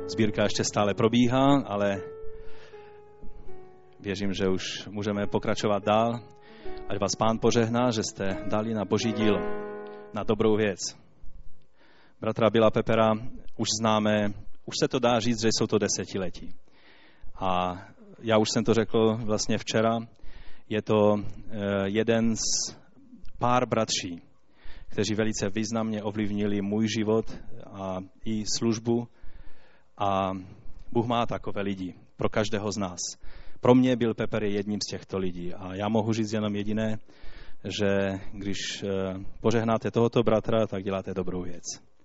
Sbírka ještě stále probíhá, ale věřím, že už můžeme pokračovat dál. Ať vás Pán požehná, že jste dali na Boží dílo, na dobrou věc. Bratra Billa Peppera už známe, už se to dá říct, že jsou to desetiletí. A já už jsem to řekl vlastně včera, je to jeden z pár bratří, kteří velice významně ovlivnili můj život a i službu. A Bůh má takové lidi pro každého z nás. Pro mě Bill Pepper je jedním z těchto lidí. A já mohu říct jenom jediné, že když požehnáte tohoto bratra, tak děláte dobrou věc.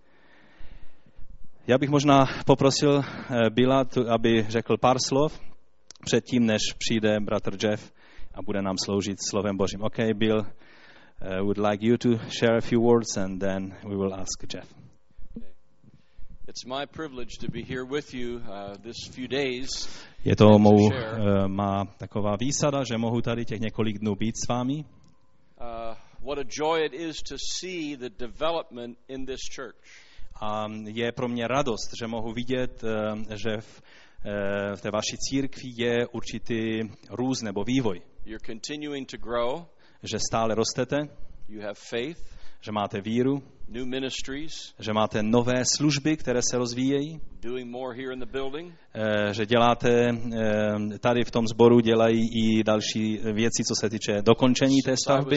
Já bych možná poprosil Billa, aby řekl pár slov předtím, než přijde bratr Jeff a bude nám sloužit slovem Božím. Okay, Bill, would like you to share a few words and then we will ask Jeff. It's my privilege to be here with you this few days. Je to má taková výsada, že mohu tady těch několik dnů být s vámi. What a joy it is to see the development in this church. A je pro mě radost, že mohu vidět, že v té vaší církvi je určitý růst nebo vývoj. You're continuing to grow. Že stále rostete. You have faith. Že máte víru. New ministries. Že máte nové služby, které se rozvíjejí. Doing more here in the building. Že děláte tady v tom sboru, dělají i další věci, co se týče dokončení té stavby.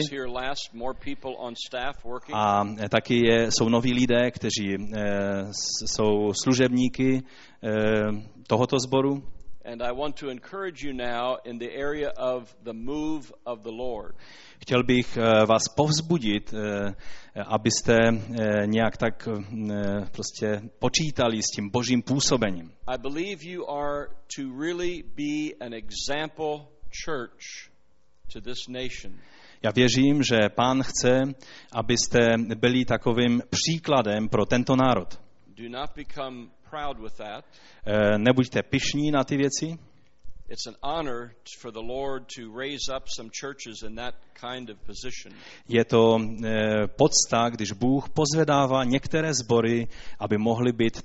A taky jsou noví lidé, kteří jsou služebníky tohoto sboru. And I want to encourage you now in the area of the move of the Lord. Chtěl bych vás povzbudit, abyste nějak tak prostě počítali s tím Božím působením. I believe you are to really be an example church to this nation. Já věřím, že Pán chce, abyste byli takovým příkladem pro tento národ. Do not become proud with that. Nebuďte pyšní na ty věci. It's an honor for the Lord to raise up some churches in that kind of position. Je to podsta, když Bůh pozvedává některé sbory, aby mohly být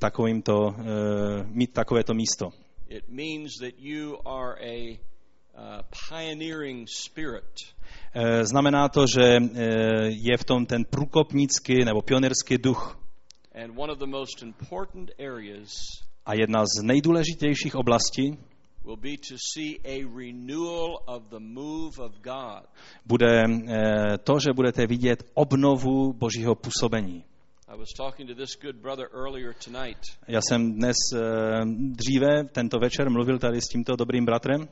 mít takovéto místo. It means that you are a pioneering spirit. Znamená to, že je v tom ten průkopnický nebo pionýrský duch. And one of the most important areas a jedna z nejdůležitějších oblastí will be to see a renewal of the move of God. Bude to, že budete vidět obnovu Božího působení. I was talking to this good brother earlier tonight. Já jsem dnes dříve tento večer mluvil tady s tímto dobrým bratrem.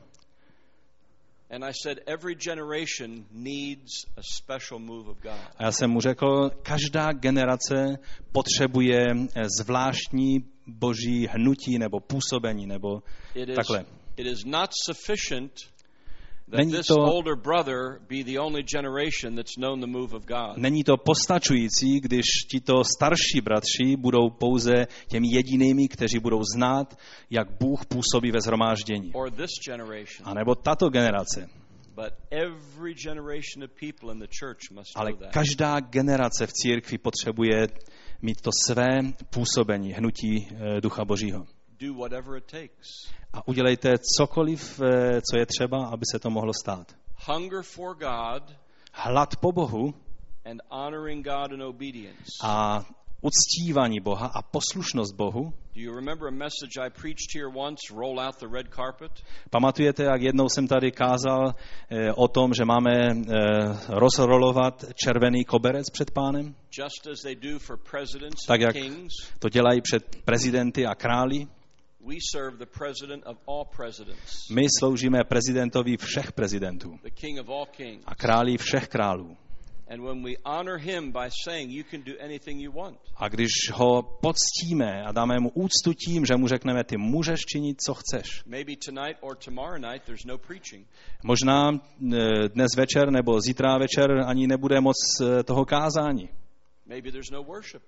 And I said every generation needs a special move of God. A já jsem mu řekl, každá generace potřebuje zvláštní Boží hnutí nebo působení nebo takhle. It is not sufficient that this older brother be the only generation that's known the move of God. Není to postačující, když tito starší bratři budou pouze těmi jedinými, kteří budou znát, jak Bůh působí ve shromáždění. Or this generation. A nebo tato generace. But every generation of people in the church must know that. Ale každá generace v církvi potřebuje mít to své působení, hnutí Ducha Božího. Do whatever it takes. A udělejte cokoliv, co je třeba, aby se to mohlo stát. Hunger for God. Hlad po Bohu. And honoring God in obedience. A uctívání Boha a poslušnost Bohu. Do you remember a message I preached here once, roll out the red carpet? Pamatujete, jak jednou jsem tady kázal o tom, že máme rozrolovat červený koberec před Pánem? Just as they do for presidents tak, and jak kings. To dělají před prezidenty a králi. We serve the president of all presidents. My sloužíme prezidentovi všech prezidentů. The king of all kings. A králi všech králů. And when we honor him by saying you can do anything you want. A když ho poctíme a dáme mu úctu tím, že mu řekneme, ty můžeš činit, co chceš. Maybe tonight or tomorrow night there's no preaching. Možná dnes večer nebo zítra večer ani nebude moc toho kázání. Maybe there's no worship.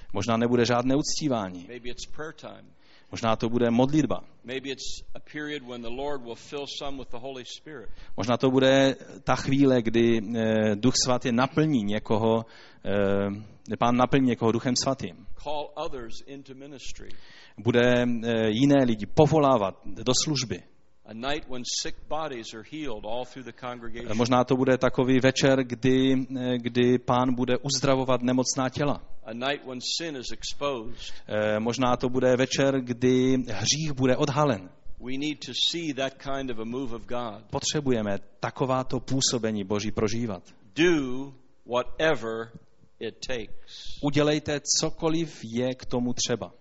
Možná nebude žádné uctívání. Maybe it's prayer time. Možná to bude modlitba. Maybe it's a period when the Lord will fill some with the Holy Spirit. Možná to bude ta chvíle, kdy Duch Svatý naplní někoho, Pán naplní někoho Duchem Svatým. Call others into ministry. Bude jiné lidi povolávat do služby. A night when sick bodies are healed all through the congregation. Možná to bude takový večer, kdy Pán bude uzdravovat nemocná těla. A night when sin is exposed. Možná to bude večer, kdy hřích bude odhalen. We need to see that kind of a move of God. Potřebujeme takováto působení Boží prožívat. Do whatever it takes. Udělejte cokoliv je k tomu třeba.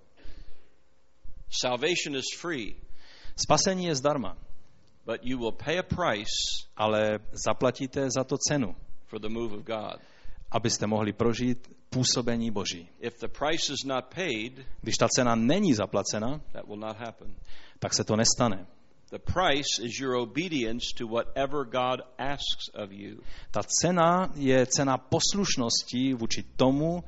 Salvation is free. Spasení je zdarma. But you will pay a price. Ale zaplatíte za to cenu. For the move of God. Abyste mohli prožít působení Boží. If the price is not paid, když ta cena není zaplacena, that will not happen. Tak se to nestane. The price is your obedience to whatever God asks of you. Ta cena je cena poslušnosti vůči tomu,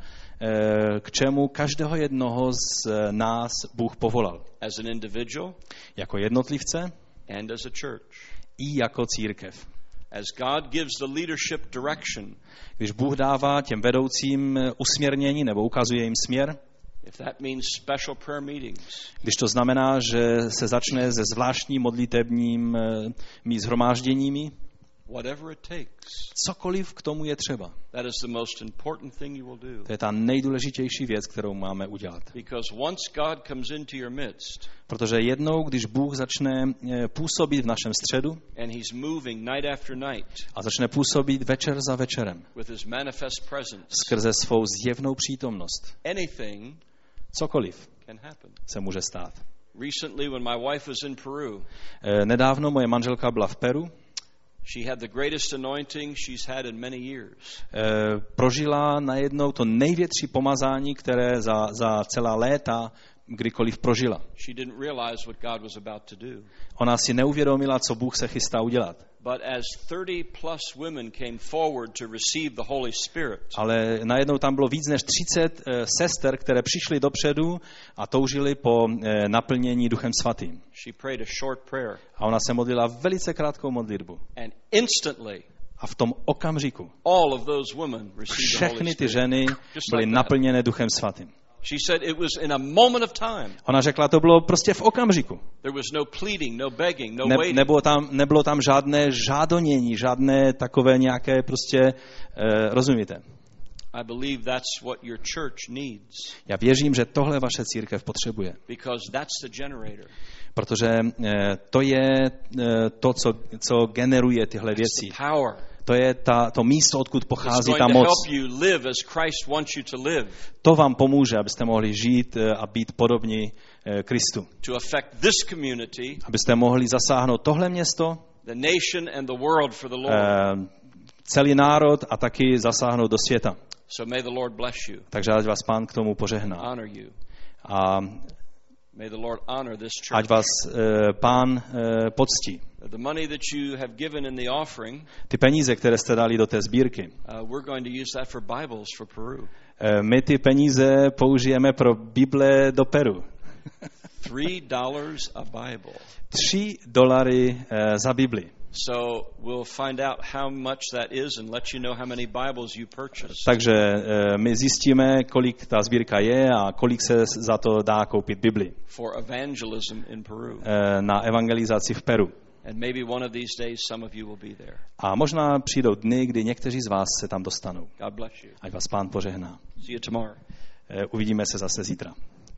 k čemu každého jednoho z nás Bůh povolal. As an individual, jako jednotlivce, and as a church. I jako církev. As God gives the leadership direction, když Bůh dává těm vedoucím usměrnění nebo ukazuje jim směr, if that means special prayer meetings, když to znamená, že se začne se zvláštním modlitebními shromážděními, whatever it takes, cokoliv k tomu je třeba. That is the most important thing you will do. To je ta nejdůležitější věc, kterou máme udělat. Because once God comes into your midst, protože jednou, když Bůh začne působit v našem středu, and he's moving night after night, a začne působit večer za večerem, with his manifest presence, skrze svou zjevnou přítomnost, anything cokoliv can happen. Se může stát. Recently, when my wife was in Peru, nedávno moje manželka byla v Peru. She had the greatest anointing she's had in many years. Prožila najednou to největší pomazání, které za celá léta kdykoliv prožila. She didn't realize what God was about to do. Ona si neuvědomila, co Bůh se chystá udělat. But as 30 plus women came forward to receive the Holy Spirit. Ale najednou tam bylo víc než 30 sester, které přišly dopředu a toužily po naplnění Duchem Svatým. She prayed a short prayer. A ona se modlila velice krátkou modlitbu. And instantly, a v tom okamžiku all of those women received the Holy všechny ty Spirit. ženy byly naplněné Duchem Svatým. She said it was in a moment of time. Ona řekla, to bylo prostě v okamžiku. There was no pleading, no begging, no waiting. Nebylo tam žádné žádonění, žádné takové nějaké prostě, rozumíte? I believe that's what your church needs. Já věřím, že tohle vaše církev potřebuje. Because that's the generator. Protože to je to, co generuje tyhle věci. To je to místo, odkud pochází ta moc. To vám pomůže, abyste mohli žít a být podobní Kristu. Abyste mohli zasáhnout tohle město, celý národ a taky zasáhnout do světa. Takže ať vás Pán k tomu požehná. A ať vás Pán poctí. The money that you have given in the offering, ty peníze, které jste dali do té sbírky, we're going to use that for Bibles for Peru. My ty peníze použijeme pro Bible do Peru. $3 a Bible. $3 za Bibli. So we'll find out how much that is and let you know how many Bibles you purchased. Takže my zjistíme, kolik ta sbírka je a kolik se za to dá koupit Bibli. For evangelism in Peru. Na evangelizaci v Peru. And maybe one of these days some of you will be there. A možná přijdou dny, kdy někteří z vás se tam dostanou. God bless you. Ať vás Pán požehná. See you tomorrow. Uvidíme se zase zítra.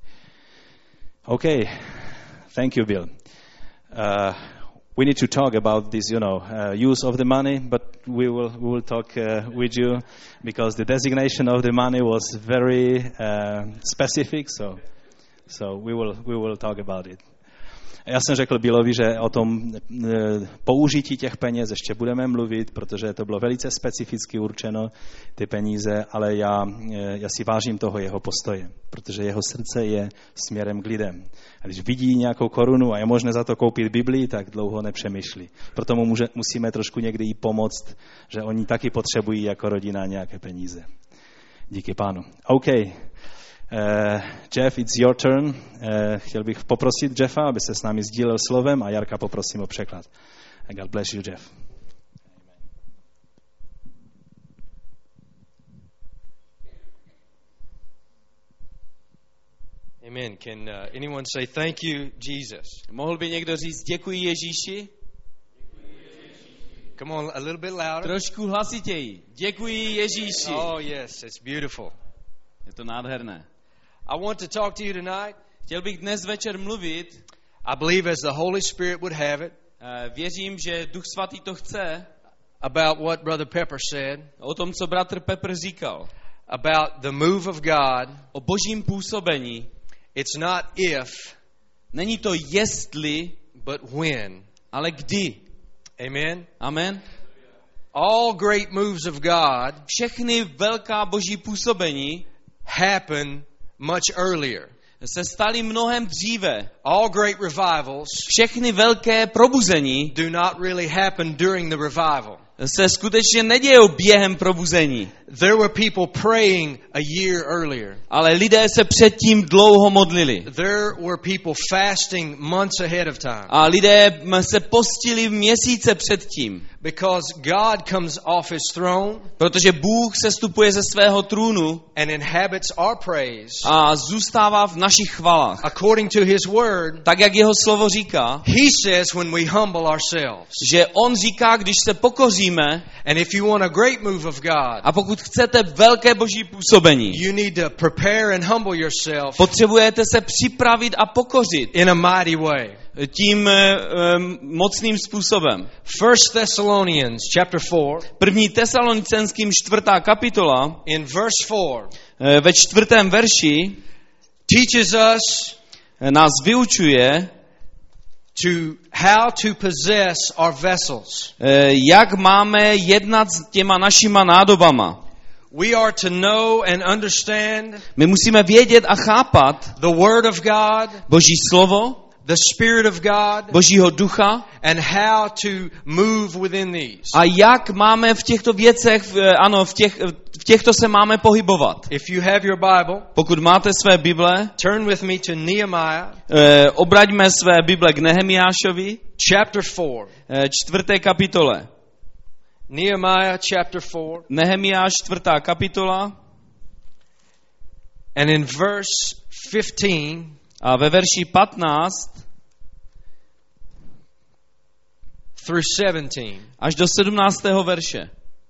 Okay. Thank you, Bill. We need to talk about this, use of the money, but we will talk with you because the designation of the money was very specific, so we will talk about it. Já jsem řekl Billovi, že o tom použití těch peněz ještě budeme mluvit, protože to bylo velice specificky určeno, ty peníze, ale já si vážím toho jeho postoje, protože jeho srdce je směrem k lidem. A když vidí nějakou korunu a je možné za to koupit Biblii, tak dlouho nepřemýšlí. Proto mu musíme trošku někdy jí pomoct, že oni taky potřebují jako rodina nějaké peníze. Díky Pánu. OK. Jeff, it's your turn. Chtěl bych poprosit Jeffa, aby se s námi sdílel slovem a Jarka poprosím o překlad. God bless you, Jeff. Amen. Can anyone say thank you, Jesus? Mohl by někdo říct děkuji Ježíši? Come on, a little bit louder. Trošku hlasitěji. Děkuji Ježíši. Oh yes, it's beautiful. Je to nádherné. I want to talk to you tonight. Chtěl bych dnes večer mluvit. I believe as the Holy Spirit would have it. Věřím, že Duch Svatý to chce. About what Brother Pepper said. O tom, co bratr Pepper říkal. About the move of God. O božím působení. It's not if. Není to jestli, but when. Ale kdy. Amen. Amen. All great moves of God. Všechny velká boží působení happen much earlier. Se staly mnohem dříve. All great revivals. Všechny velké probuzení do not really happen during the revival. Se skutečně nedějou během probuzení. There were people praying a year earlier. Ale lidé se předtím dlouho modlili. There were people fasting months ahead of time. A lidé se postili měsíce předtím. Because God comes off his throne. Protože Bůh sestupuje ze svého trůnu. And inhabits our praise. A zůstává v našich chvalách. According to his word. Tak jak jeho slovo říká. He says when we humble ourselves. Že on říká, když se pokoříme. And if you want a great move of God. A pokud chcete velké boží působení. You need to prepare and humble yourself. Potřebujete se připravit a pokořit. In a mighty way. Tím mocným způsobem. 1 Thessalonians chapter 4. 1. Tesalonicenským 4. kapitola. In verse 4. Ve 4. verši teaches us nás vyučuje to how to possess our vessels. Jak máme jednat s těma našima nádobama. We are to know and understand. My musíme vědět a chápat the word of God. Boží slovo. The Spirit of God. Božího ducha. And how to move within these. A jak máme v těchto věcech, ano, v těchto se máme pohybovat. If you have your Bible, pokud máte své Bible, turn with me to Nehemiah. Obraťme své Bible k Nehemiášovi. Chapter 4. 4. kapitole. Nehemiah chapter 4. Nehemiáš 4. kapitola. And in verse 15. A ve verši 15 through 17. Až do 17. verše.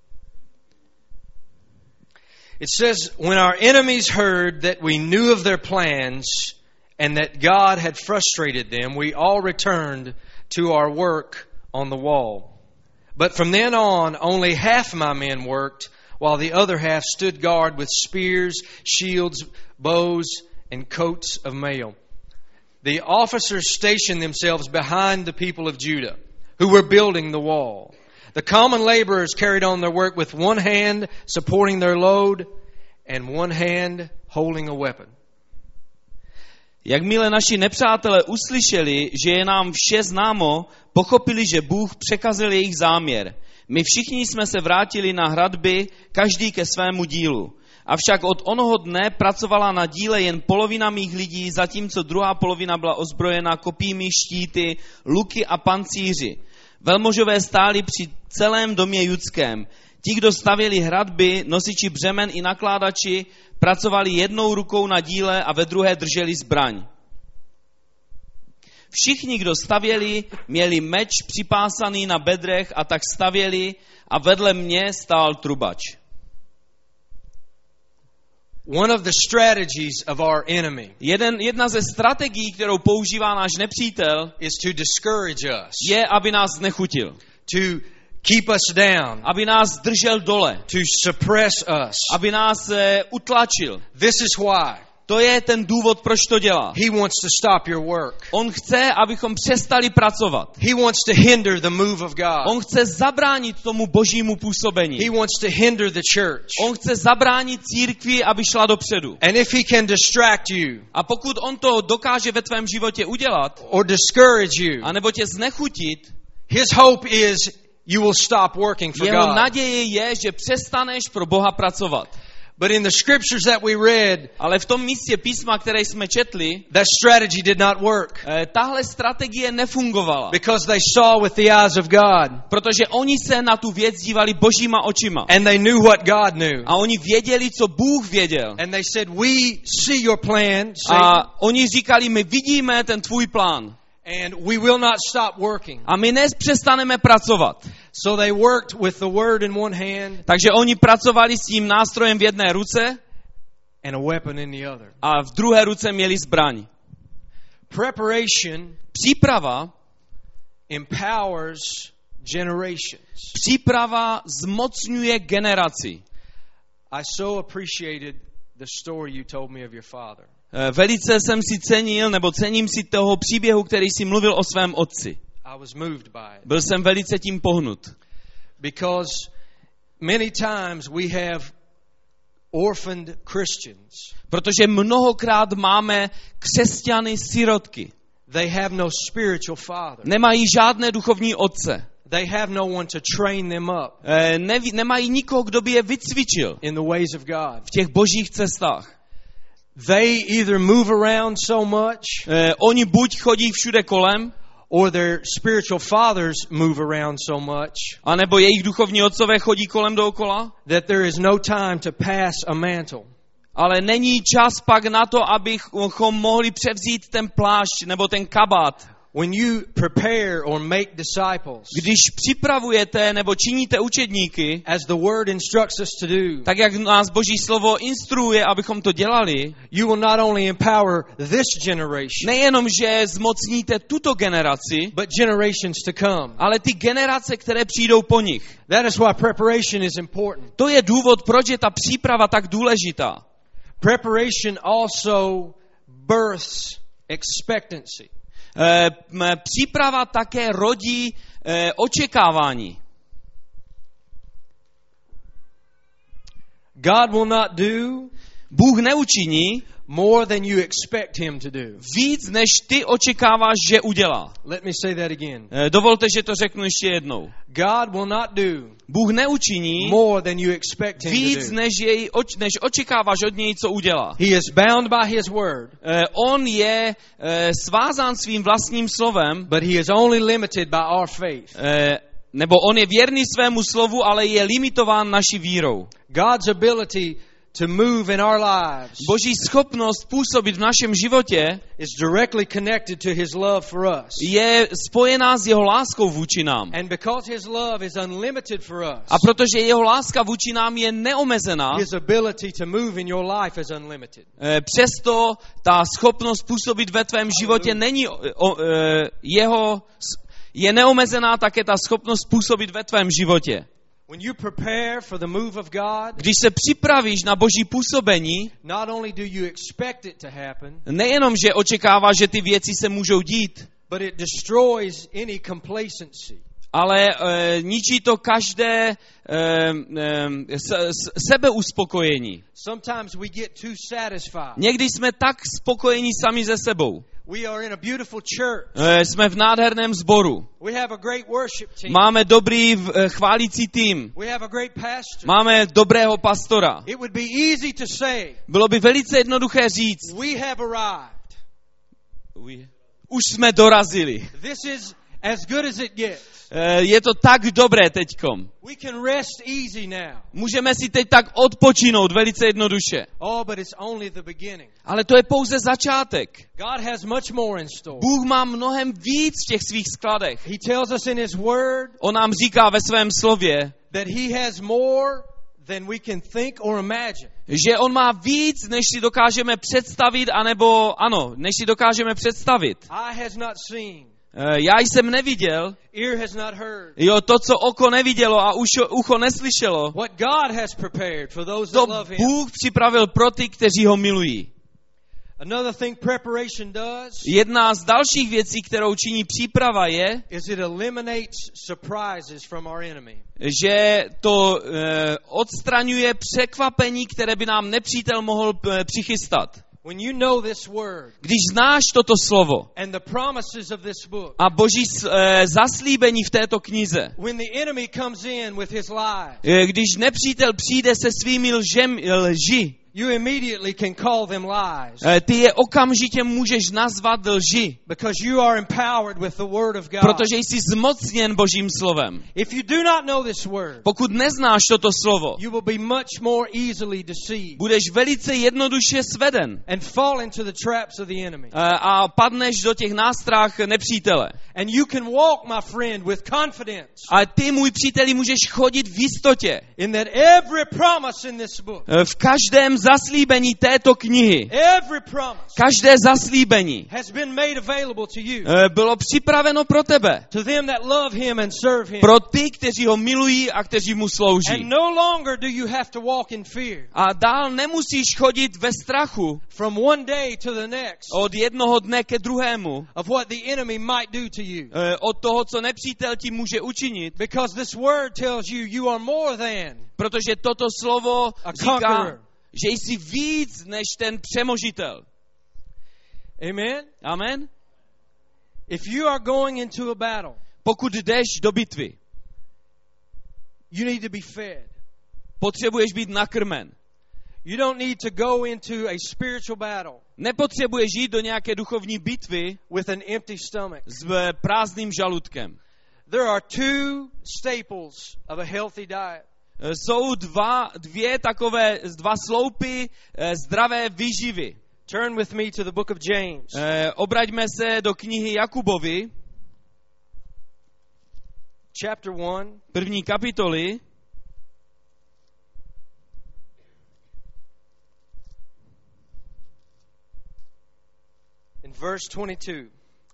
It says, when our enemies heard that we knew of their plans and that God had frustrated them, we all returned to our work on the wall. But from then on, only half my men worked, while the other half stood guard with spears, shields, bows, and coats of mail. The officers stationed themselves behind the people of Judah, who were building the wall. The common laborers carried on their work with one hand supporting their load and one hand holding a weapon. Jakmile naši nepřátelé uslyšeli, že je nám vše známo, pochopili, že Bůh překazil jejich záměr. My všichni jsme se vrátili na hradby, každý ke svému dílu. Avšak od onoho dne pracovala na díle jen polovina mých lidí, zatímco druhá polovina byla ozbrojena kopími, štíty, luky a pancíři. Velmožové stáli při celém domě judském. Ti, kdo stavěli hradby, nosiči břemen i nakládači, pracovali jednou rukou na díle a ve druhé drželi zbraň. Všichni, kdo stavěli, měli meč připásaný na bedrech a tak stavěli a vedle mě stál trubač. One of the strategies of our enemy jedna ze strategií, kterou používá náš nepřítel, is to discourage us. Je, aby nás znechutil. To keep us down. Aby nás držel dole. To suppress us. Aby nás utlačil. This is why. To je ten důvod, proč to dělá. He wants to stop your work. On chce, abychom přestali pracovat. He wants to hinder the move of God. On chce zabránit tomu božímu působení. He wants to hinder the church. On chce zabránit církvi, aby šla dopředu. And if he can distract you, a pokud on to dokáže ve tvém životě udělat, or discourage you, anebo tě znechutit, his hope is you will stop working for God. Jeho naděje je, že přestaneš pro Boha pracovat. But in the scriptures that we read, Ale v tom místě písma, které jsme četli, that strategy did not work. Tahle strategie nefungovala. Because they saw with the eyes of God. Protože oni se na tu věc dívali božíma očima. And they knew what God knew. A oni věděli, co Bůh věděl. And they said, we see your plan. A oni říkali, my vidíme ten tvůj plán. And we will not stop working. A my nepřestaneme pracovat. So they worked with the word in one hand. Takže oni pracovali s tím nástrojem v jedné ruce and a weapon in the other. A v druhé ruce měli zbraň. Preparation Příprava empowers generations. Příprava zmocňuje generaci. I so appreciated the story you told me of your father. Velice jsem si cenil, nebo cením si toho příběhu, který jsi mluvil o svém otci. I was moved by it. Byl jsem velice tím pohnut. Because many times we have orphaned Christians. Protože mnohokrát máme křesťany sirotky. They have no spiritual father. Nemají žádné duchovní otce. They have no one to train them up. Nemají nikoho, kdo by je vycvičil in the ways of God. V těch božích cestách. They either move around so much, oni buď chodí všude kolem, or their spiritual fathers move around so much, anebo jejich duchovní otcové chodí kolem dookola, that there is no time to pass a mantle. Ale není čas pak na to, abychom mohli převzít ten plášť nebo ten kabát. When you prepare or make disciples, když připravujete nebo činíte učedníky, as the word instructs us to do, tak jak nás Boží slovo instruuje, abychom to dělali, you will not only empower this generation, nejenom, že zmocníte tuto generaci, but generations to come. Ale ty generace, které přijdou po nich. That is why preparation is important. To je důvod, proč je ta příprava tak důležitá. Preparation also births expectancy. Příprava také rodí očekávání. God will not do Bůh neučiní more than you expect him to do. Víc, než ty očekáváš, že udělá. Let me say that again. Dovolte, že to řeknu ještě jednou. God will not do Bůh neučiní more than you expect him víc, to do. než očekáváš od něj, co udělá. He is bound by his word. On je svázán svým vlastním slovem, but he is only limited by our faith. Nebo on je věrný svému slovu, ale je limitován naší vírou. God's ability to move in our lives. Boží schopnost působit v našem životě is directly connected to his love for us. Je spojená s jeho láskou vůči nám. And because his love is unlimited for us. A protože jeho láska vůči nám je neomezená, his ability to move in your life is unlimited. Přesto ta schopnost působit ve tvém životě není je neomezená také ta schopnost působit ve tvém životě. When you prepare for the move of God, když se připravíš na Boží působení, not only do you expect it to happen, nejenom, že očekáváš, že ty věci se můžou dít, but it destroys any complacency. Ale ničí to každé sebeuspokojení. Sometimes we get too satisfied. Někdy jsme tak spokojení sami ze sebou. We are in a beautiful church. Jsme v nádherném sboru. We have a great worship team. Máme dobrý chválící tým. We have a great pastor. Máme dobrého pastora. It would be easy to say. Bylo by velice jednoduché říct. We have arrived. Už jsme dorazili. This is as good as it gets. Je to tak dobré teďkom. We can rest easy now. Můžeme si teď tak odpočinout velice jednoduše. Oh, but it's only the beginning. Ale to je pouze začátek. God has much more in store. Bůh má mnohem víc v těch svých skladech. He tells us in his word. On nám říká ve svém slově, that he has more than we can think or imagine. Že on má víc, než si dokážeme představit, než si dokážeme představit. Eye has not seen. Já jsem neviděl, ear has not heard. To, co oko nevidělo a ucho neslyšelo, what God has prepared for those to that love him. Bůh připravil pro ty, kteří ho milují. Another thing preparation does, jedna z dalších věcí, kterou činí příprava je, is it eliminates surprises from our enemy. Že to odstraňuje překvapení, které by nám nepřítel mohl přichystat. When you know this word Když znáš toto slovo and the promises of this book, a Boží zaslíbení v této knize, when the enemy comes in with his lies, když nepřítel přijde se svými lži, you immediately can call them lies. ty je okamžitě můžeš nazvat lži, Because you are empowered with the word of God. protože jsi zmocněn Božím slovem. If you do not know this word, Pokud neznáš toto slovo, you will be much more easily deceived budeš velice jednoduše sveden and fall into the traps of the enemy. a padneš do těch nástrah nepřítele. And you can walk, my friend, with confidence A ty, můj příteli, můžeš chodit v jistotě. in that every promise in this book, V každém zaslíbení této knihy, every promise každé zaslíbení has been made available to you, bylo připraveno pro tebe. to them that love him and serve him. Pro ty, kteří ho milují a kteří mu slouží. And no longer do you have to walk in fear A dál nemusíš chodit ve strachu from one day to the next od jednoho dne ke druhému, of what the enemy might do to you. od toho, co nepřítel ti může učinit, Because this word tells you you are more than protože toto slovo a říká, conqueror. že jsi víc než ten přemožitel. Amen? Amen? If you are going into a battle, Pokud jdeš do bitvy, you need to be fed. potřebuješ být nakrmen. You don't need to go into a spiritual battle Nepotřebuješ jít do nějaké duchovní bitvy with an empty stomach. s prázdným žaludkem. There are two staples of a healthy diet. Jsou dva sloupy zdravé výživy. Turn with me to the book of James. Obraťme se do knihy Jakubovi, Chapter 1. první kapitoly, In verse 22.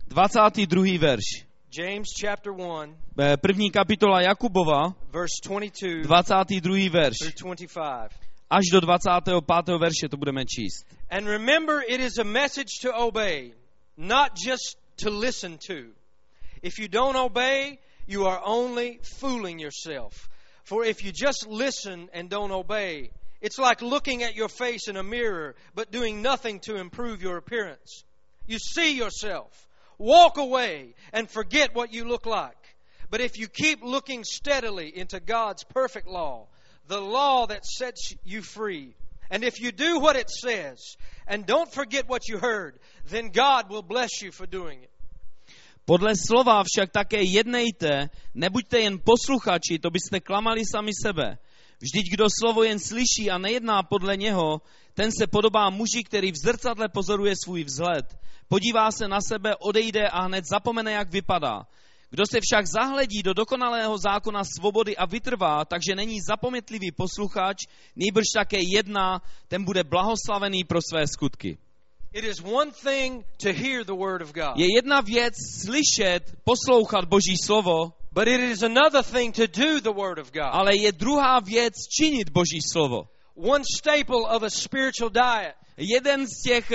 22. verš. James chapter 1, První kapitola Jakubova, verse 22 22. verš. through 25. Až do 25. verše to budeme číst. And remember, it is a message to obey, not just to listen to. If you don't obey, you are only fooling yourself. For if you just listen and don't obey, it's like looking at your face in a mirror, but doing nothing to improve your appearance. You see yourself, walk away, and forget what you look like. But if you keep looking steadily into God's perfect law, the law that sets you free, and if you do what it says, and don't forget what you heard, then God will bless you for doing it. Podle slova však také jednejte, nebuďte jen posluchači, to byste klamali sami sebe. Vždyť kdo slovo jen slyší a nejedná podle něho, ten se podobá muži, který v zrcadle pozoruje svůj vzhled. Podívá se na sebe, odejde a hned zapomene, jak vypadá. Kdo se však zahledí do dokonalého zákona svobody a vytrvá, takže není zapometlivý posluchač, nýbrž také jedná, ten bude blahoslavený pro své skutky. It is one thing to hear the word of God, Je jedna věc slyšet, poslouchat Boží slovo, but it is another thing to do the word of God. ale je druhá věc činit Boží slovo. One staple of a spiritual diet Jeden z těch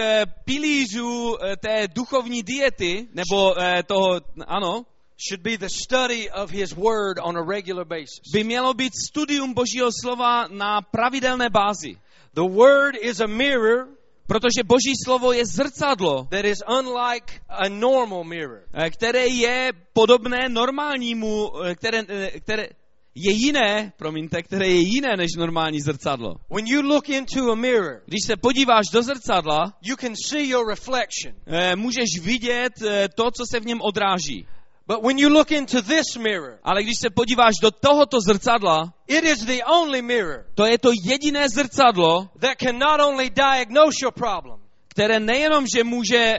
pilířů té duchovní diety, nebo toho, ano, should be the study of his word on a regular basis. by mělo být studium Božího slova na pravidelné bázi. The word is a mirror Protože Boží slovo je zrcadlo, that is unlike a normal mirror. které je podobné normálnímu, které je jiné, které je jiné než normální zrcadlo. When you look into a mirror, Když se podíváš do zrcadla, you can see your reflection. můžeš vidět to, co se v něm odráží. But when you look into this mirror, Ale když se podíváš do tohoto zrcadla, it is the only mirror to je to jediné zrcadlo, that can not only diagnose your problem, které nejenom, že může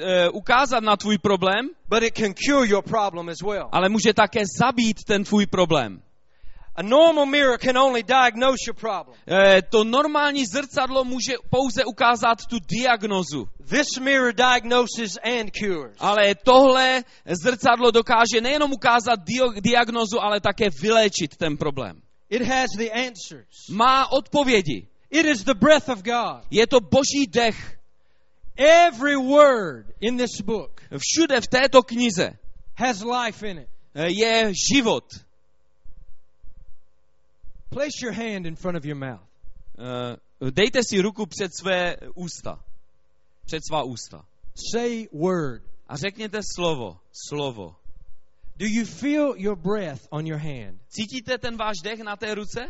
ukázat na tvůj problém, but it can cure your problem as well. ale může také zabít ten tvůj problém. A normal mirror can only diagnose your problem. To normální zrcadlo může pouze ukázat tu diagnozu. This mirror diagnoses and cures. Ale tohle zrcadlo dokáže nejenom ukázat diagnozu, ale také vyléčit ten problém. It has the answers. Má odpovědi. It is the breath of God. Je to Boží dech. Every word in this book Všude v této knize has life in it. je život. Place your hand in front of your mouth. Dejte si ruku před své ústa. před svá ústa. Say word. A řekněte slovo, slovo. Do you feel your breath on your hand? Cítíte ten váš dech na té ruce?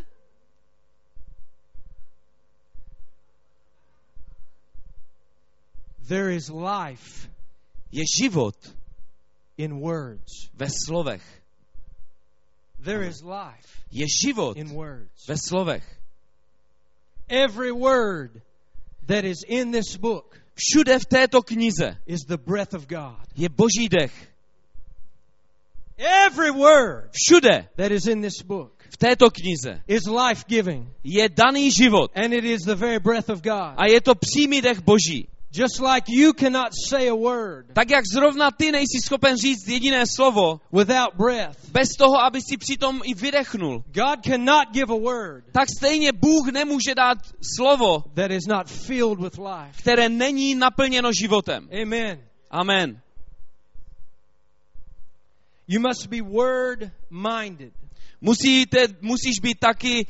There is life Je život in words. ve slovech. There is life Je život in words. ve slovech. Every word that is in this book Všude v této knize is the breath of God. je Boží dech. Every word Všude that is in this book v této knize is life-giving, je daný život. and it is the very breath of God. A je to přímý dech Boží. Just like you cannot say a word Tak jak zrovna ty nejsi schopen říct jediné slovo, without breath, bez toho, aby si přitom i vydechnul, God cannot give a word tak stejně Bůh nemůže dát slovo, that is not filled with life. které není naplněno životem. Amen. Amen. You must be word-minded. Musíš být taky,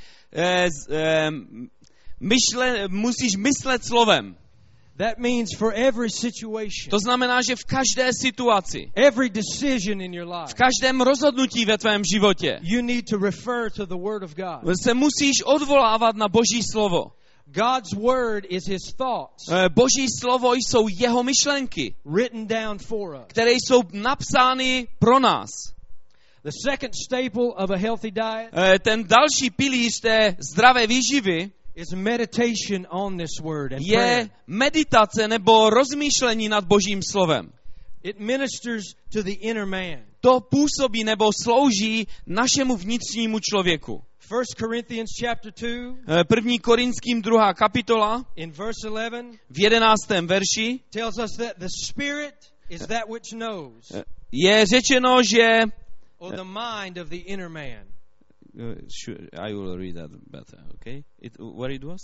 musíš myslet slovem. That means for every situation, To znamená, že v každé situaci, every decision in your v life, každém rozhodnutí ve tvém životě you need to refer to the Word of God. se musíš odvolávat na Boží slovo. God's Word is His thoughts Boží slovo jsou jeho myšlenky, written down for us. které jsou napsány pro nás. The second staple of a healthy diet Ten další pilíř té zdravé výživy is meditation on this Word and je prayer. meditace nebo rozmýšlení nad Božím slovem. It ministers to the inner man. To působí nebo slouží našemu vnitřnímu člověku. 1 Corinthians chapter 2 1. Korinským 2. kapitola in verse 11 v 11. verši tells us that the Spirit is that which knows, je řečeno, že or the mind of the inner man. I will read that better, okay? Where it was?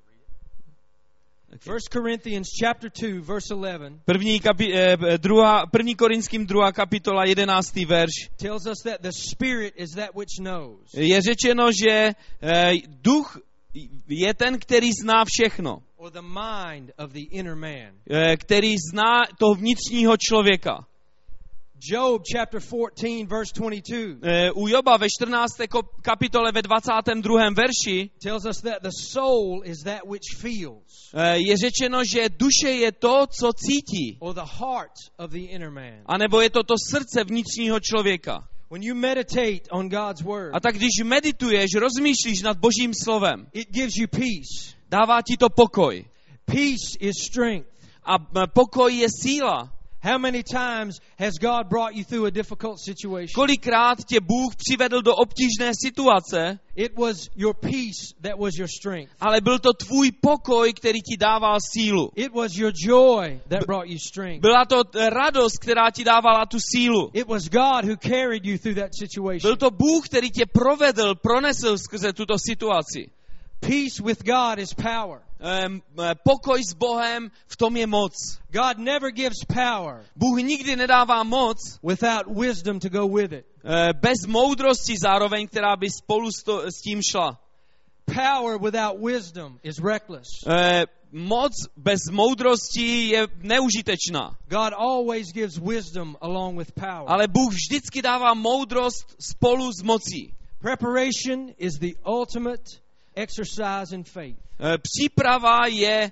1 Corinthians chapter 2 verse 11 1. Korinským 2. kapitola 11. verš tells us that the Spirit is that which knows. je řečeno, že duch je ten, který zná všechno, Or the mind of the inner man. který zná toho vnitřního člověka. Job chapter 14 verse 22 U Joba ve 14. kapitole ve 22. verši tells us that the soul is that which feels, je řečeno, že duše je to, co cítí, or the heart of the inner man. anebo je to srdce vnitřního člověka. When you meditate on God's word, A tak když medituješ, rozmýšlíš nad Božím slovem, it gives you peace. dává ti to pokoj. Peace is strength. A pokoj je síla. How many times has God brought you through a difficult situation? Kolikrát tě Bůh přivedl do obtížné situace, It was your peace that was your strength. ale byl to tvůj pokoj, který ti dával sílu. It was your joy that brought you strength. Byla to radost, která ti dávala tu sílu. It was God who carried you through that situation. Byl to Bůh, který tě pronesl skrze tuto situaci. Peace with God is power. Pokoj s Bohem, v tom je moc. God never gives power Bůh nikdy nedává moc without wisdom to go with it. bez moudrosti zároveň, která by spolu s tím šla. Power without wisdom is reckless. Moc bez moudrosti je neužitečná. God always gives wisdom along with power. Ale Bůh vždycky dává moudrost spolu s mocí. Preparation is the ultimate exercise in faith. Příprava je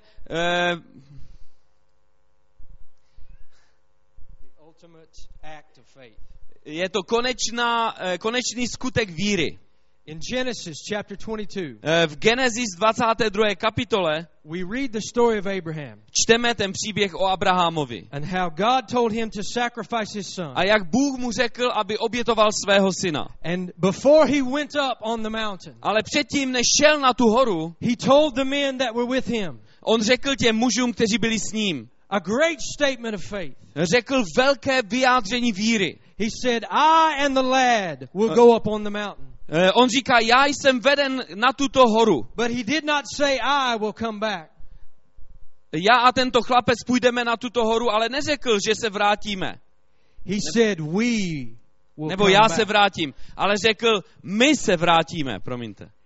The ultimate act of faith. je to konečný skutek víry. In Genesis chapter 22, V Genesis 22. kapitole we read the story of Abraham čteme ten příběh o Abrahamovi. and how God told him to sacrifice his son. A jak Bůh mu řekl, aby obětoval svého syna. And before he went up on the mountain, Ale předtím, než šel na tu horu, he told the men that were with him on řekl těm mužům, kteří byli s ním, a great statement of faith. řekl velké vyjádření víry. He said, I and the lad will go up on the mountain. On říká, já jsem veden na tuto horu. But he did not say, I will come back. Já a tento chlapec půjdeme na tuto horu, ale neřekl, že se vrátíme. He said, we will Nebo come já back. se vrátím. Ale řekl, my se vrátíme, promiňte.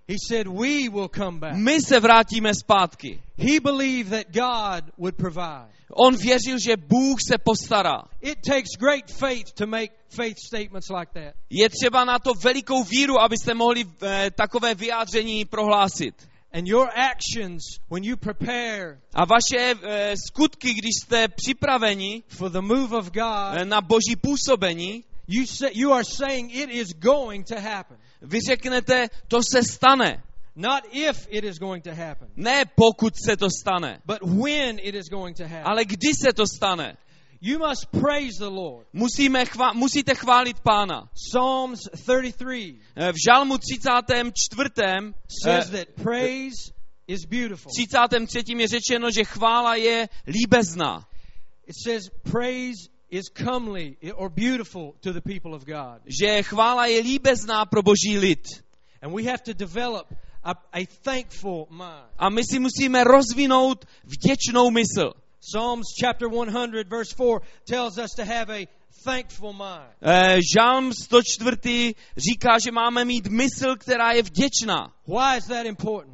He said, we will come back. My se vrátíme zpátky. He believed that God would provide. On věřil, že Bůh se postará. It takes great faith to make faith statements like that. Je třeba na to velikou víru, abyste mohli takové vyjádření prohlásit. And your actions when you prepare A vaše skutky, když jste připraveni for the move of God, na Boží působení, you are saying it is going to happen. vy řeknete, to se stane. Not if it is going to happen. Ne pokud se to stane, But when it is going to happen. ale kdy se to stane. You must praise the Lord. Musíte chválit Pána. Psalms 33 V Žalmu 34. says that praise is beautiful. 33. je řečeno, že chvála je líbezná. It says praise is comely or beautiful to the people of God. Že chvála je líbezná pro Boží lid. And we have to develop a thankful mind. A my si musíme rozvinout vděčnou mysl. Psalms chapter 100 verse 4 tells us to have a thankful mind. Žalm 104. říká, že máme mít mysl, která je vděčná. Why is that important?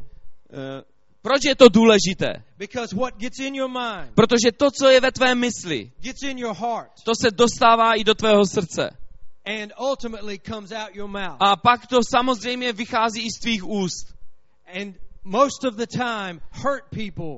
Proč je to důležité? Because what gets in your mind Protože to, co je ve tvé mysli, gets in your heart to se dostává i do tvého srdce. and ultimately comes out your mouth. A pak to samozřejmě vychází i z tvých úst. And most of the time hurt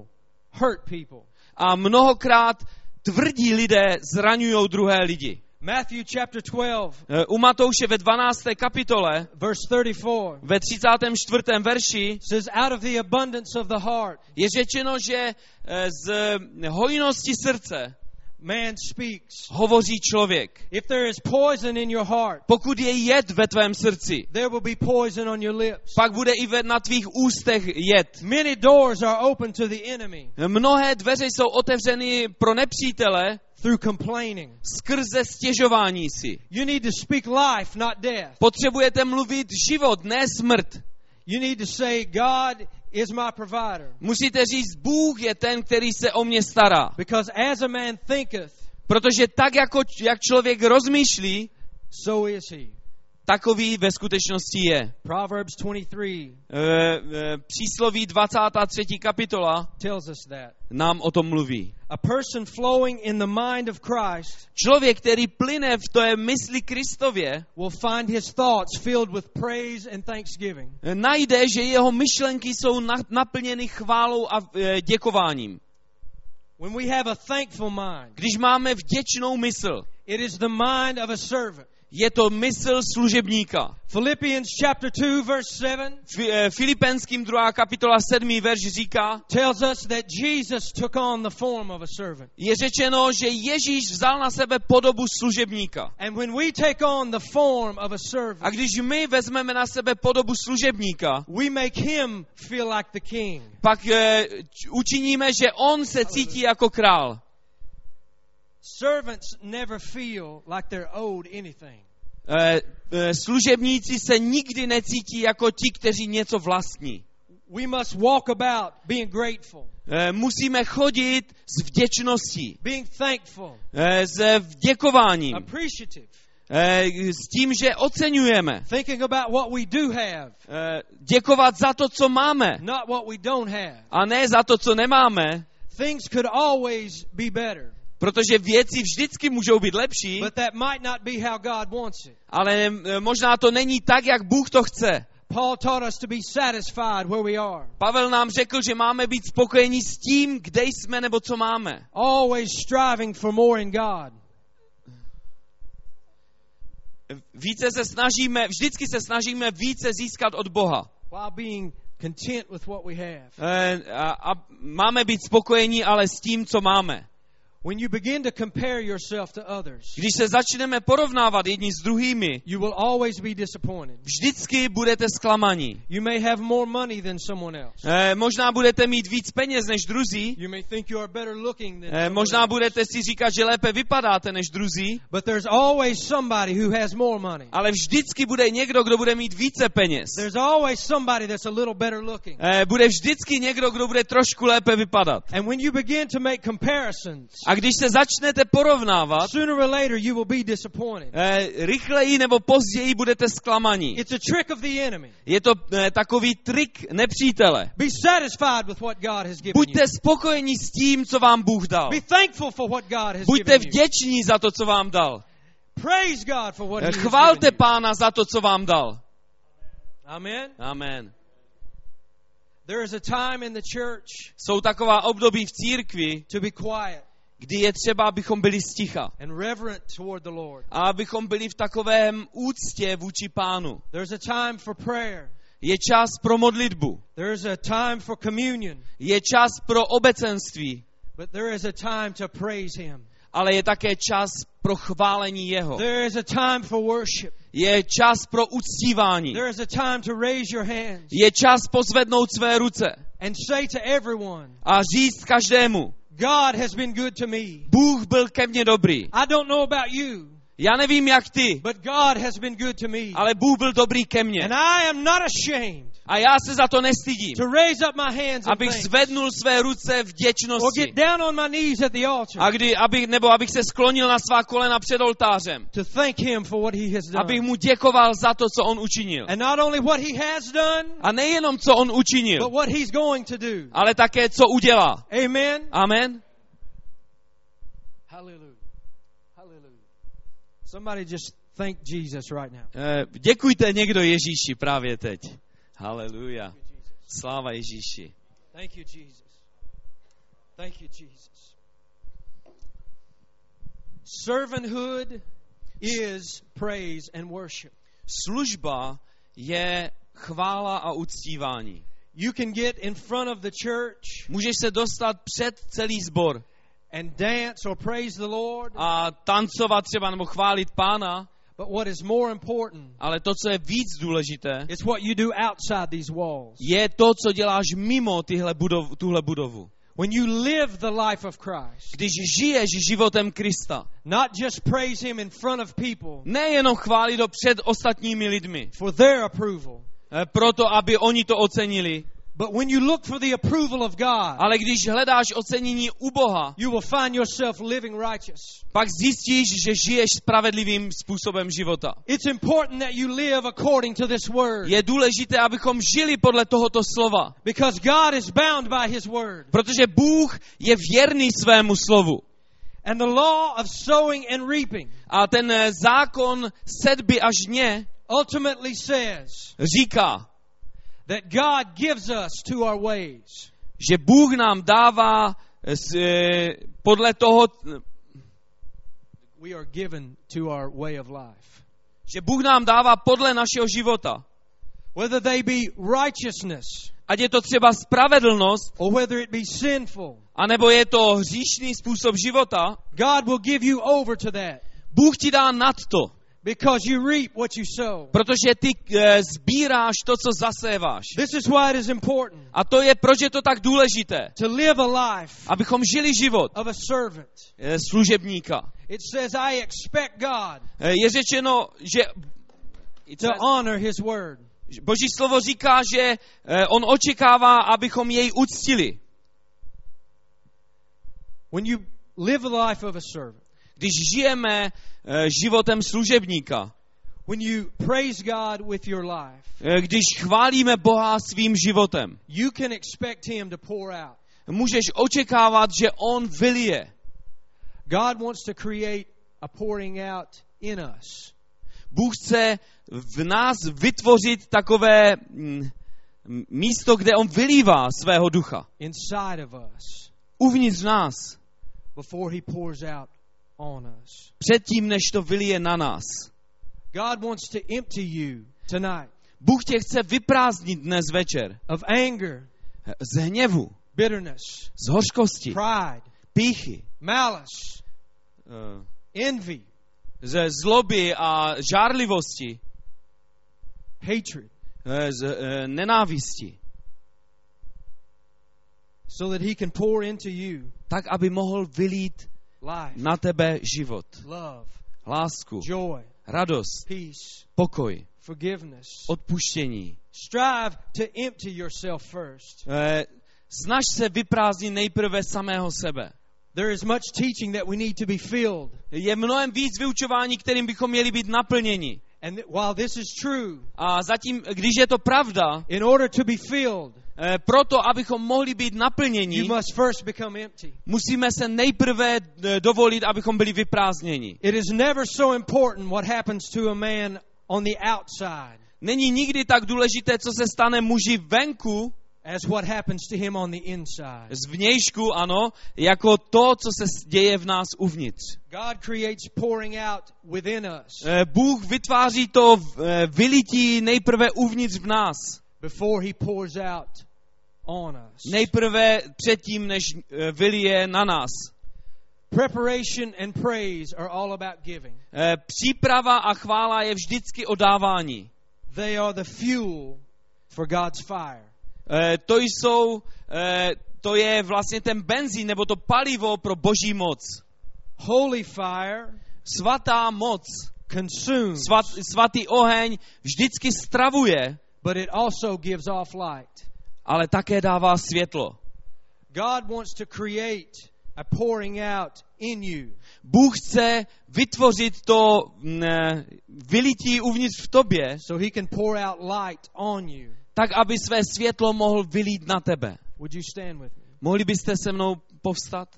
people. A mnohokrát tvrdí lidé zraňují druhé lidi. Matthew chapter 12 U Matouše ve 12. kapitole verse 34 ve 34. verši says out of the abundance of the heart je řečeno, že z hojnosti srdce man speaks. hovoří člověk. If there is poison in your heart, Pokud je jed ve tvém srdci, there will be poison on your lips. pak bude i na tvých ústech jed. Many doors are open to the enemy Mnohé dveře jsou otevřeny pro nepřítele through complaining. skrze stěžování si. You need to speak life, not death. Potřebujete mluvit život, ne smrt. You need to say, God is my provider. Musíte říct, Bůh je ten, který se o mě stará. Because as a man thinketh, Protože tak, jak člověk rozmýšlí, so is he. takový ve skutečnosti je. Proverbs 23 Přísloví 23. kapitola tells us that. nám o tom mluví. A person flowing in the mind of Christ Člověk, který plyne v té mysli Kristově, will find his thoughts filled with praise and thanksgiving. najde, že jeho myšlenky jsou naplněny chválou a děkováním. When we have a thankful mind, Když máme vděčnou mysl, it is the mind of a servant. je to mysl služebníka. Philippians chapter 2 verse 7 Filipenským 2. kapitola 7. verš říká, tells us that Jesus took on the form of a servant. je řečeno, že Ježíš vzal na sebe podobu služebníka. And when we take on the form of a A servant, když my vezmeme na sebe podobu služebníka, we make him feel like the king. pak učiníme, že on se cítí jako král. Servants never feel like they're owed anything. Služebníci se nikdy necítí jako ti, kteří něco vlastní. We must walk about being grateful, Musíme chodit s vděčností, being thankful, s vděkováním, appreciative, s tím, že oceňujeme, thinking about what we do have, děkovat za to, co máme, not what we don't have. a ne za to, co nemáme, Things could always be better, protože věci vždycky můžou být lepší, but that might not be how God wants it. ale možná to není tak, jak Bůh to chce. Paul taught us to be satisfied where we are, Pavel nám řekl, že máme být spokojení s tím, kde jsme nebo co máme. always striving for more in God. Vždycky se snažíme více získat od Boha. While being content with what we have. A máme být spokojení ale s tím, co máme. When you begin to compare yourself to others, Když se začneme porovnávat jedni s druhými, you will always be disappointed. vždycky budete zklamaní. You may have more money than someone else. Možná budete mít víc peněz než druzí, You may think you are better looking than someone možná else. budete si říkat, že lépe vypadáte než druzí, But there's always somebody who has more money. ale vždycky bude někdo, kdo bude mít více peněz. There's always somebody that's a little better looking. Bude vždycky někdo, kdo bude trošku lépe vypadat. And when you begin to make comparisons, A když se začnete porovnávat, sooner or later you will be disappointed. Rychleji nebo později budete zklamaní. It's a trick of the enemy. Je to takový trik nepřítele. Be satisfied with what God has given Buďte you. spokojeni s tím, co vám Bůh dal. Be thankful for what God has Buďte given you. vděční za to, co vám dal. Praise God for what he has Chvalte given you. Pána za to, co vám dal. Amen. Amen. There is a time in the church Jsou taková období v církvi, to be quiet kdy je třeba, abychom byli sticha. and reverent toward the Lord. A abychom byli v takovém úctě vůči Pánu. There's a time for prayer. Je čas pro modlitbu. There's a time for communion. Je čas pro obecenství. But there is a time to praise him. Ale je také čas pro chválení jeho. There is a time for worship. Je čas pro uctívání. There is a time to raise your hands Je čas pozvednout své ruce and say to everyone, a říct každému, God has been good to me. Bůh byl ke mně dobrý. I don't know about you, Já nevím jak ty, but God has been good to me. ale Bůh byl dobrý ke mně. And I am not ashamed A já se za to nestydím, to raise up my hands in abych thanks zvednul své ruce or vděčnosti. get down on my knees at the altar A abych se sklonil na svá kolena před oltářem. to thank him for what he has Abych done. mu děkoval za to, co on učinil. And not only what he has done, A nejenom, co on but učinil, what he's going to do. ale také, co udělá. Amen. Amen. Hallelujah. Hallelujah. Somebody just thank Jesus right now. Děkujte někdo Ježíši právě teď. Haleluja. Sláva Ježíši. Thank you, Jesus. Thank you, Jesus. Servanthood is praise and worship. Služba je chvála a uctívání. You can get in front of the church Můžeš se dostat před celý sbor and dance or praise the Lord, a tancovat třeba nebo chválit Pána, but what is more important ale to, co je víc důležité, is what you do outside these walls. je to, co děláš mimo tuhle budovu. When you live the life of Christ, Když žiješ životem Krista, not just praise him in front of people nejenom chválit ho před ostatními lidmi, for their approval, proto, aby oni to ocenili, but when you look for the approval of God, ale když hledáš ocenění u Boha, you will find yourself living righteous. pak zjistíš, že žiješ spravedlivým způsobem života. It's important that you live according to this word, Je důležité, abychom žili podle tohoto slova, because God is bound by his word. protože Bůh je věrný svému slovu. And the law of sowing and reaping A ten zákon setby a žně ultimately says říká, that God gives us to our ways. že Bůh nám dává podle toho, We are given to our way of life. že Bůh nám dává podle našeho života. Whether they be righteousness Ať je to třeba spravedlnost, or whether it be sinful, anebo je to hříšný způsob života, God will give you over to that Bůh ti dá nad to, because you reap what you sow. protože ty sbíráš to, co zaséváš. This is why it is important A to je, proč je to tak důležité, to live a life abychom žili život of a servant. služebníka. It says, I expect God Je řečeno, že to honor his word. Boží slovo říká, že on očekává, abychom jej uctili. When you live a life of a servant, Když žijeme životem služebníka, when you praise God with your life, když chválíme Boha svým životem, you can expect him to pour out. můžeš očekávat, že on vylije. God wants to create a pouring out in us. Bůh chce v nás vytvořit takové místo, kde on vylívá svého ducha. Inside of us Uvnitř nás. before he pours out on us. Předtím, než to vylije na nás. God wants to empty you tonight Bůh tě chce vyprázdnit dnes večer. of anger, Z hněvu, bitterness, z hořkosti, pride, pýchy, malice, envy, ze zloby a žárlivosti, hatred, z nenávisti. so that he can pour into you Tak, aby mohl vylít life, na tebe život, love, lásku, joy, radost, peace, pokoj, forgiveness. odpuštění. Strive to empty yourself first. Snaž se vyprázdnit nejprve samého sebe. There is much teaching that we need to be filled. Je mnohem víc vyučování, kterým bychom měli být naplněni. And while this is true, A zatím, když je to pravda, in order to be filled, proto, abychom mohli být naplněni, you must first become empty. musíme se nejprve dovolit, abychom byli vyprázdněni. It is never so important what happens to a man on the outside Není nikdy tak důležité, co se stane muži venku, as what happens to him on the inside. z vnějšku, ano, jako to, co se děje v nás uvnitř. God creates pouring out within us Bůh vytváří to vylití nejprve uvnitř v nás. before he pours out on us. Nejprve předtím, než vylije na nás. Preparation and praise are all about giving. Příprava a chvála je vždycky o dávání. They are the fuel for God's fire. To je vlastně ten benzín, nebo to palivo pro boží moc. Holy fire Svatá moc, consumes, svatý oheň vždycky stravuje, but it also gives off light. ale také dává světlo. God wants to create a pouring out in you. Bůh chce vytvořit to vylití uvnitř v tobě, So he can pour out light on you. tak, aby své světlo mohl vylít na tebe. Would you stand with me? Mohli byste se mnou povstat?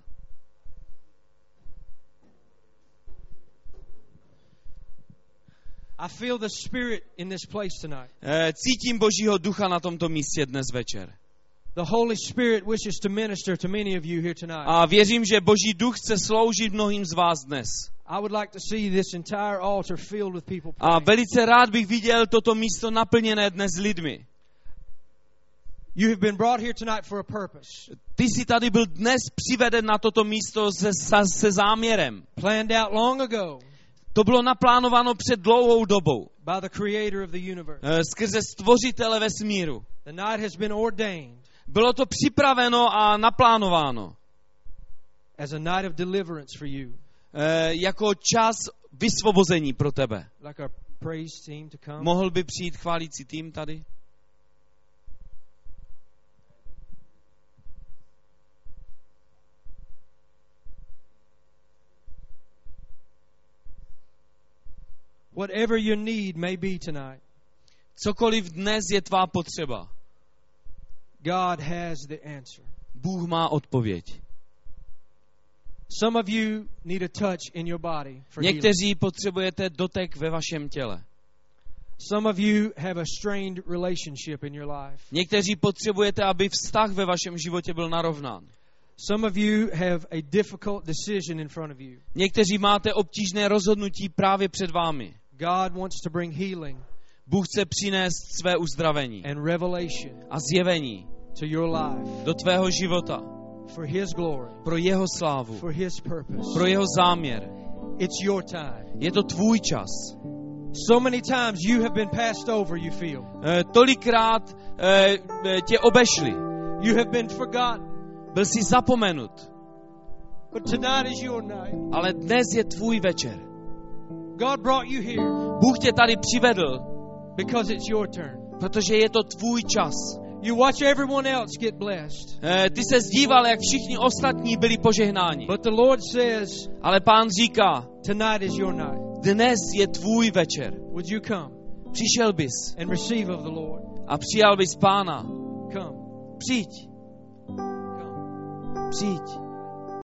I feel the Spirit in this place tonight. Cítím Božího ducha na tomto místě dnes večer. The Holy Spirit wishes to minister to many of you here tonight. A věřím, že Boží duch chce sloužit mnohým z vás dnes. I would like to see this entire altar filled with people A praying. velice rád bych viděl toto místo naplněné dnes lidmi. You have been brought here tonight for a purpose. Ty jsi tady byl dnes přiveden na toto místo se záměrem. Planned out long ago To bylo naplánováno před dlouhou dobou. by the Creator of the universe. Skrze stvořitele vesmíru. The night has been ordained Bylo to připraveno a naplánováno. as a night of deliverance for you. Jako čas vysvobození pro tebe. Like our praise team to come. Mohl by přijít chválící tým tady? Whatever your need may be tonight, Cokoliv dnes je tvá potřeba, God has the answer. Bůh má odpověď. Some of you need a touch in your body for healing. Někteří potřebujete dotek ve vašem těle. Some of you have a strained relationship in your life. Někteří potřebujete, aby vztah ve vašem životě byl narovnán. Some of you have a difficult decision in front of you. Někteří máte obtížné rozhodnutí právě před vámi. God wants to bring healing Bůh chce přinést své uzdravení and revelation a zjevení to your life do tvého života for His glory, pro jeho slávu, for His purpose. pro jeho záměr. It's your time. Je to tvůj čas. So many times you have been passed over, you feel. Tolikrát tě obešli. You have been forgotten. Byl jsi zapomenut. But tonight is your night. Ale dnes je tvůj večer. God brought you here Bůh tě tady přivedl, because it's your turn. protože je to tvůj čas. You watch everyone else get blessed. Ty se zdíval, jak všichni ostatní byli požehnáni. But the Lord says, Ale Pán říká, tonight is your night. dnes je tvůj večer. Would you come Přišel bys and receive of the Lord? a přijal bys Pána. Come. Přijď, Come. přijď.